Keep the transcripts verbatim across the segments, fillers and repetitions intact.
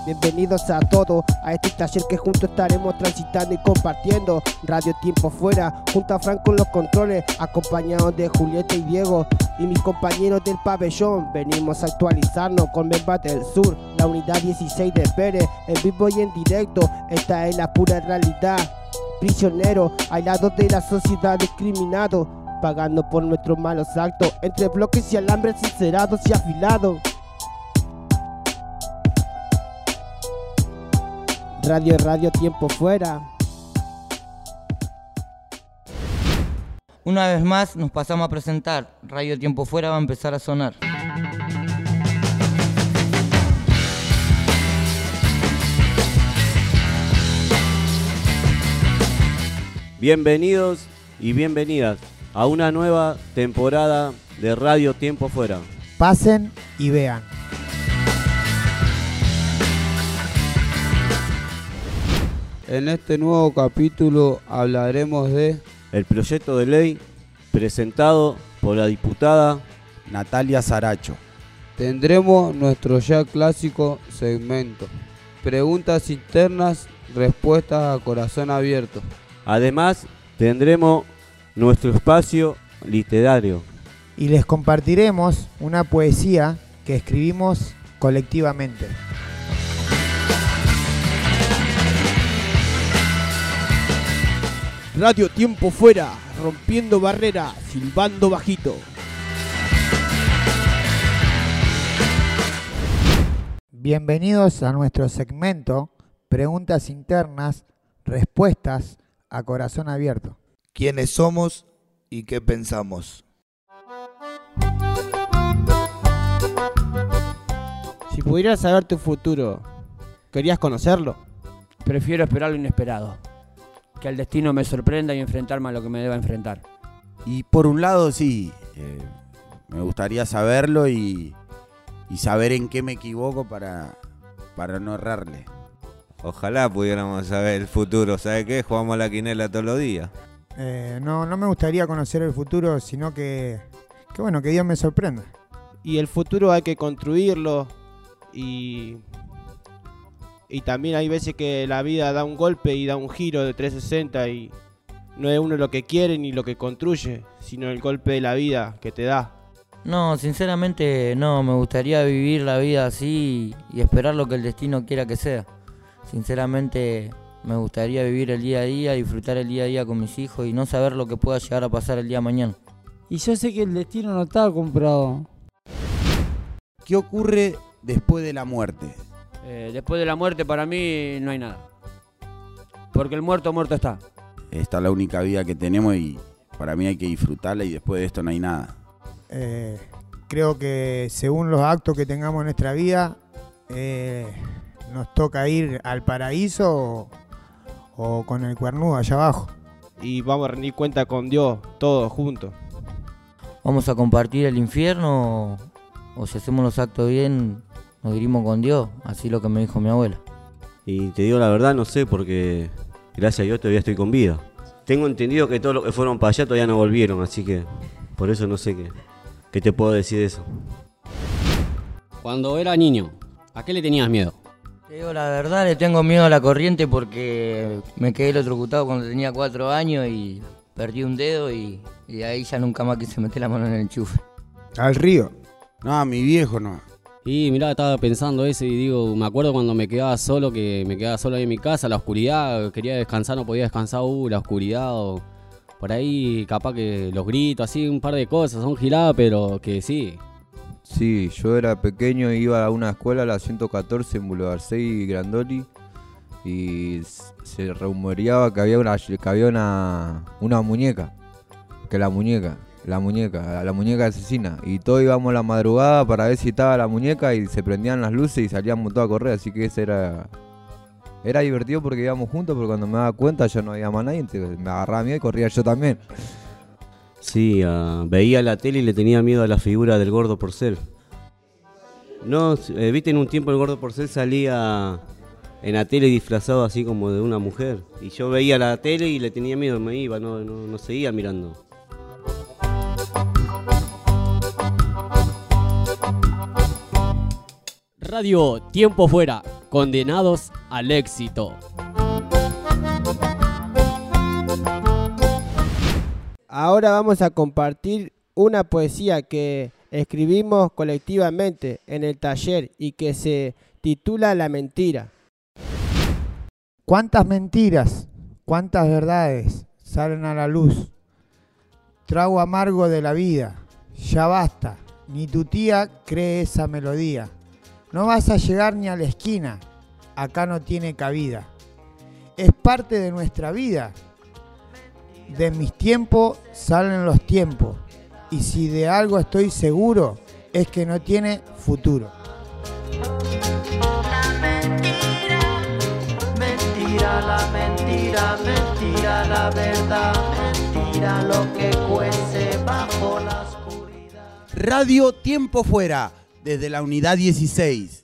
Bienvenidos a todos a este taller que juntos estaremos transitando y compartiendo. Radio Tiempo Fuera, junto a Franco en los controles, acompañados de Julieta y Diego y mis compañeros del pabellón. Venimos a actualizarnos con Membate del Sur, la unidad dieciséis de Pérez, en vivo y en directo. Esta es la pura realidad. Prisioneros, aislados de la sociedad, discriminados, pagando por nuestros malos actos, entre bloques y alambres sincerados y afilados. Radio, radio, Tiempo Fuera. Una vez más nos pasamos a presentar. Radio Tiempo Fuera va a empezar a sonar. Bienvenidos y bienvenidas a una nueva temporada de Radio Tiempo Fuera. Pasen y vean. En este nuevo capítulo hablaremos de el proyecto de ley presentado por la diputada Natalia Saracho. Tendremos nuestro ya clásico segmento, preguntas internas, respuestas a corazón abierto. Además, tendremos nuestro espacio literario. Y les compartiremos una poesía que escribimos colectivamente. Radio Tiempo Fuera, rompiendo barreras, silbando bajito. Bienvenidos a nuestro segmento Preguntas internas, respuestas a corazón abierto. ¿Quiénes somos y qué pensamos? Si pudieras saber tu futuro, ¿querías conocerlo? Prefiero esperar lo inesperado, que el destino me sorprenda y enfrentarme a lo que me deba enfrentar. Y por un lado sí, eh, me gustaría saberlo y, y saber en qué me equivoco para, para no errarle. Ojalá pudiéramos saber el futuro. ¿Sabe qué? Jugamos a la quinela todos los días. Eh, no, no me gustaría conocer el futuro, sino que, que bueno, que Dios me sorprenda. Y el futuro hay que construirlo y... Y también hay veces que la vida da un golpe y da un giro de trescientos sesenta y no es uno lo que quiere ni lo que construye, sino el golpe de la vida que te da. No, sinceramente no, me gustaría vivir la vida así y esperar lo que el destino quiera que sea. Sinceramente me gustaría vivir el día a día, disfrutar el día a día con mis hijos y no saber lo que pueda llegar a pasar el día de mañana. Y yo sé que el destino no está comprado. ¿Qué ocurre después de la muerte? Eh, después de la muerte para mí no hay nada. Porque el muerto muerto está. Esta es la única vida que tenemos y para mí hay que disfrutarla y después de esto no hay nada. Eh, creo que según los actos que tengamos en nuestra vida, eh, nos toca ir al paraíso o, o con el cuernudo allá abajo. Y vamos a rendir cuenta con Dios, todos juntos. ¿Vamos a compartir el infierno o, o si hacemos los actos bien, nos dirimos con Dios? Así lo que me dijo mi abuela. Y te digo la verdad, no sé, porque gracias a Dios todavía estoy con vida. Tengo entendido que todos los que fueron para allá todavía no volvieron, así que por eso no sé qué, qué te puedo decir de eso. Cuando era niño, ¿a qué le tenías miedo? Te digo la verdad, le tengo miedo a la corriente porque me quedé electrocutado cuando tenía cuatro años y perdí un dedo y, y de ahí ya nunca más quise meter la mano en el enchufe. ¿Al río? No, mi viejo no. Y mirá, estaba pensando eso y digo, me acuerdo cuando me quedaba solo, que me quedaba solo ahí en mi casa, la oscuridad, quería descansar, no podía descansar, uh, la oscuridad, o por ahí capaz que los gritos, así un par de cosas, son giladas, pero que sí. Sí, yo era pequeño y iba a una escuela, la ciento catorce en Boulevard seis y Grandoli, y se rumoreaba que había una, que había una, una muñeca, que la muñeca... La muñeca, la muñeca asesina. Y todos íbamos a la madrugada para ver si estaba la muñeca y se prendían las luces y salíamos todos a correr. Así que ese era... Era divertido porque íbamos juntos, pero cuando me daba cuenta ya no había más nadie. Entonces me agarraba miedo y corría yo también. Sí, uh, veía la tele y le tenía miedo a la figura del Gordo Porcel. No, eh, viste, en un tiempo el Gordo Porcel salía en la tele disfrazado así como de una mujer. Y yo veía la tele y le tenía miedo, me iba, no, no, no seguía mirando. Radio Tiempo Fuera. Condenados al éxito. Ahora vamos a compartir una poesía que escribimos colectivamente en el taller y que se titula La mentira. ¿Cuántas mentiras, cuántas verdades salen a la luz? Trago amargo de la vida, ya basta, ni tu tía cree esa melodía. No vas a llegar ni a la esquina, acá no tiene cabida. Es parte de nuestra vida. De mis tiempos salen los tiempos, y si de algo estoy seguro, es que no tiene futuro. Mentira, la mentira, mentira, la verdad, mentira lo que cuece bajo la oscuridad. Radio Tiempo Fuera, desde la unidad dieciséis.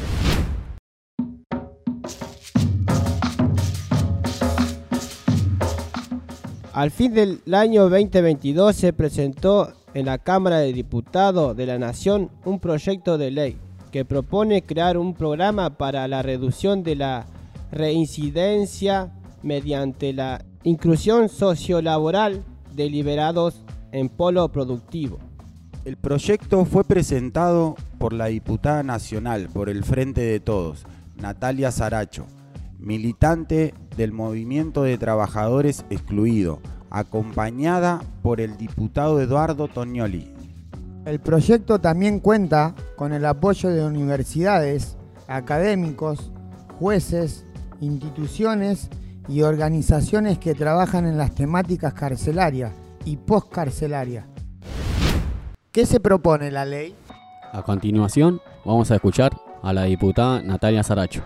Al fin del año veinte veintidós se presentó en la Cámara de Diputados de la Nación un proyecto de ley que propone crear un programa para la reducción de la reincidencia mediante la inclusión sociolaboral de liberados en polo productivo. El proyecto fue presentado por la diputada nacional por el Frente de Todos, Natalia Saracho, militante del Movimiento de Trabajadores Excluido, acompañada por el diputado Eduardo Tognoli. El proyecto también cuenta con el apoyo de universidades, académicos, jueces, instituciones y organizaciones que trabajan en las temáticas carcelarias y postcarcelarias. ¿Qué se propone la ley? A continuación, vamos a escuchar a la diputada Natalia Saracho.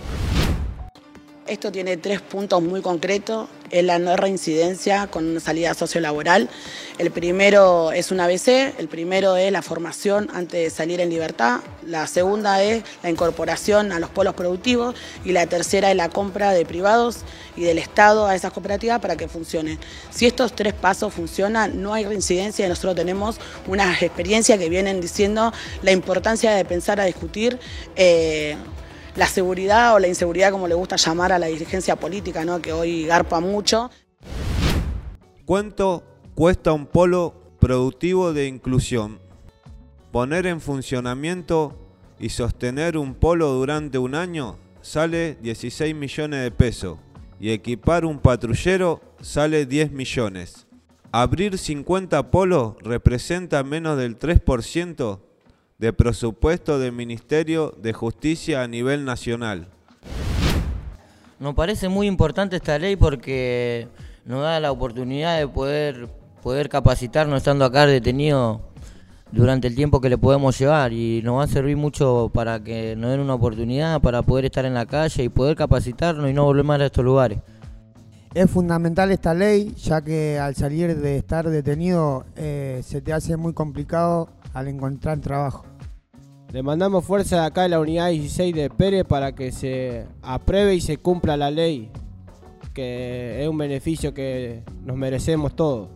Esto tiene tres puntos muy concretos. Es la no reincidencia con una salida sociolaboral. El primero es un A B C, el primero es la formación antes de salir en libertad, la segunda es la incorporación a los polos productivos y la tercera es la compra de privados y del Estado a esas cooperativas para que funcionen. Si estos tres pasos funcionan, no hay reincidencia y nosotros tenemos unas experiencias que vienen diciendo la importancia de pensar a discutir eh, la seguridad o la inseguridad, como le gusta llamar a la dirigencia política, ¿no? Que hoy garpa mucho. ¿Cuánto cuesta un polo productivo de inclusión? Poner en funcionamiento y sostener un polo durante un año sale dieciséis millones de pesos y equipar un patrullero sale diez millones. Abrir cincuenta polos representa menos del tres por ciento de presupuesto del Ministerio de Justicia a nivel nacional. Nos parece muy importante esta ley porque nos da la oportunidad de poder, poder capacitarnos estando acá detenidos durante el tiempo que le podemos llevar, y nos va a servir mucho para que nos den una oportunidad para poder estar en la calle y poder capacitarnos y no volver más a estos lugares. Es fundamental esta ley, ya que al salir de estar detenido eh, se te hace muy complicado al encontrar trabajo. Le mandamos fuerza de acá en la unidad dieciséis de Pérez para que se apruebe y se cumpla la ley, que es un beneficio que nos merecemos todos.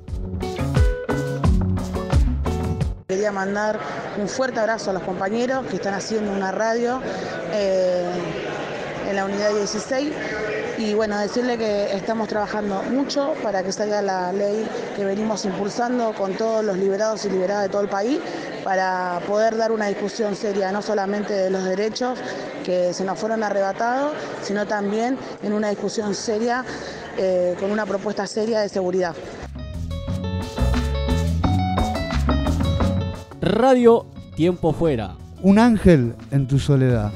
Quería mandar un fuerte abrazo a los compañeros que están haciendo una radio eh, en la unidad dieciséis. Y bueno, decirle que estamos trabajando mucho para que salga la ley que venimos impulsando con todos los liberados y liberadas de todo el país, para poder dar una discusión seria, no solamente de los derechos que se nos fueron arrebatados, sino también en una discusión seria, eh, con una propuesta seria de seguridad. Radio Tiempo Fuera. Un ángel en tu soledad.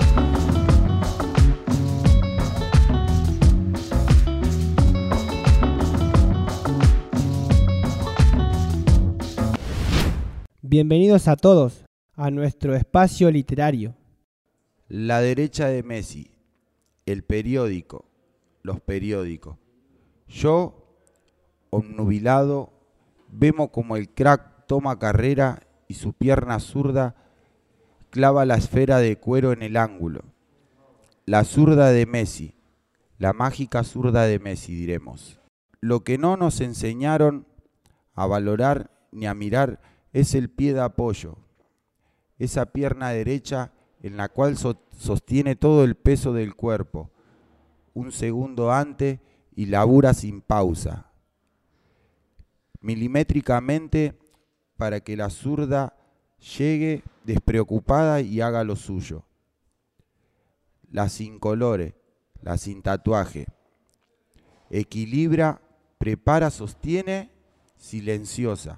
Bienvenidos a todos a nuestro espacio literario. La derecha de Messi, el periódico, los periódicos. Yo, obnubilado, vemos como el crack toma carrera y su pierna zurda clava la esfera de cuero en el ángulo. La zurda de Messi, la mágica zurda de Messi, diremos. Lo que no nos enseñaron a valorar ni a mirar es el pie de apoyo, esa pierna derecha en la cual so- sostiene todo el peso del cuerpo, un segundo antes y labura sin pausa, milimétricamente para que la zurda llegue despreocupada y haga lo suyo. La sin colores, la sin tatuaje, equilibra, prepara, sostiene, silenciosa.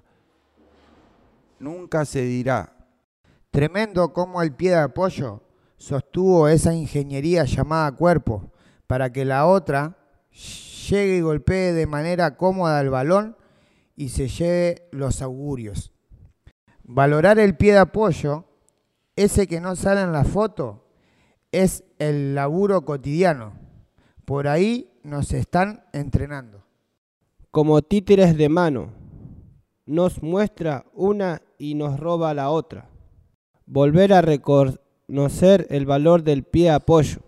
Nunca se dirá. Tremendo como el pie de apoyo sostuvo esa ingeniería llamada cuerpo, para que la otra llegue y golpee de manera cómoda al balón y se lleve los augurios. Valorar el pie de apoyo, ese que no sale en la foto, es el laburo cotidiano. Por ahí nos están entrenando. Como títeres de mano, nos muestra una y nos roba la otra. Volver a reconocer el valor del pie de apoyo,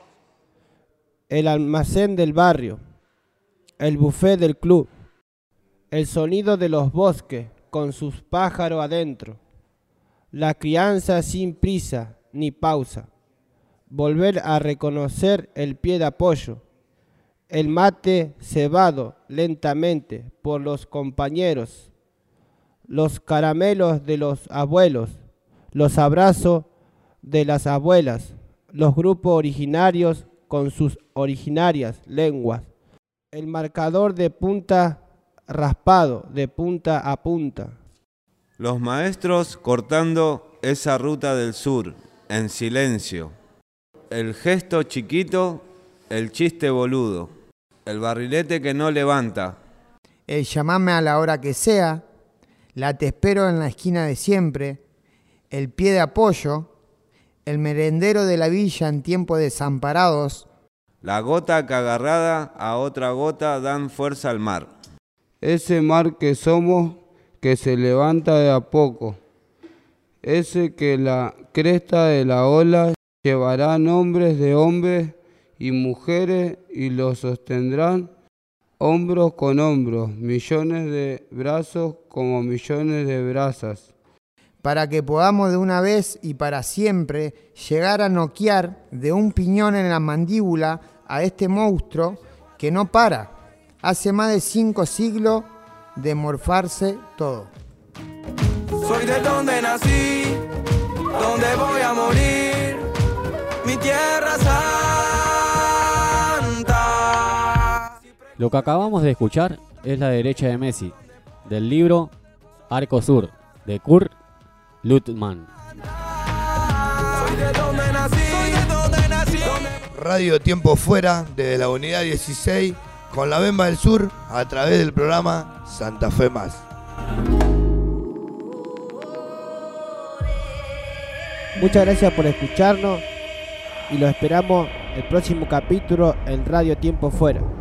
el almacén del barrio, el buffet del club, el sonido de los bosques con sus pájaros adentro, la crianza sin prisa ni pausa. Volver a reconocer el pie de apoyo, el mate cebado lentamente por los compañeros, los caramelos de los abuelos, los abrazos de las abuelas, los grupos originarios con sus originarias lenguas, el marcador de punta raspado de punta a punta. Los maestros cortando esa ruta del sur, en silencio. El gesto chiquito, el chiste boludo. El barrilete que no levanta. El llamame a la hora que sea, la te espero en la esquina de siempre, el pie de apoyo, el merendero de la villa en tiempo de desamparados. La gota que agarrada a otra gota dan fuerza al mar. Ese mar que somos, que se levanta de a poco. Ese que la cresta de la ola llevará nombres de hombres y mujeres y los sostendrán hombros con hombros, millones de brazos como millones de brasas. Para que podamos de una vez y para siempre llegar a noquear de un piñón en la mandíbula a este monstruo que no para. Hace más de cinco siglos de morfarse todo. Soy de donde nací, donde voy a morir, mi tierra santa. Lo que acabamos de escuchar es La derecha de Messi, del libro Arco Sur, de Kurt Lutman. Soy de donde nací, soy de donde nací. Radio Tiempo Fuera, desde la unidad dieciséis, con la Bemba del Sur, a través del programa Santa Fe Más. Muchas gracias por escucharnos y los esperamos el próximo capítulo en Radio Tiempo Fuera.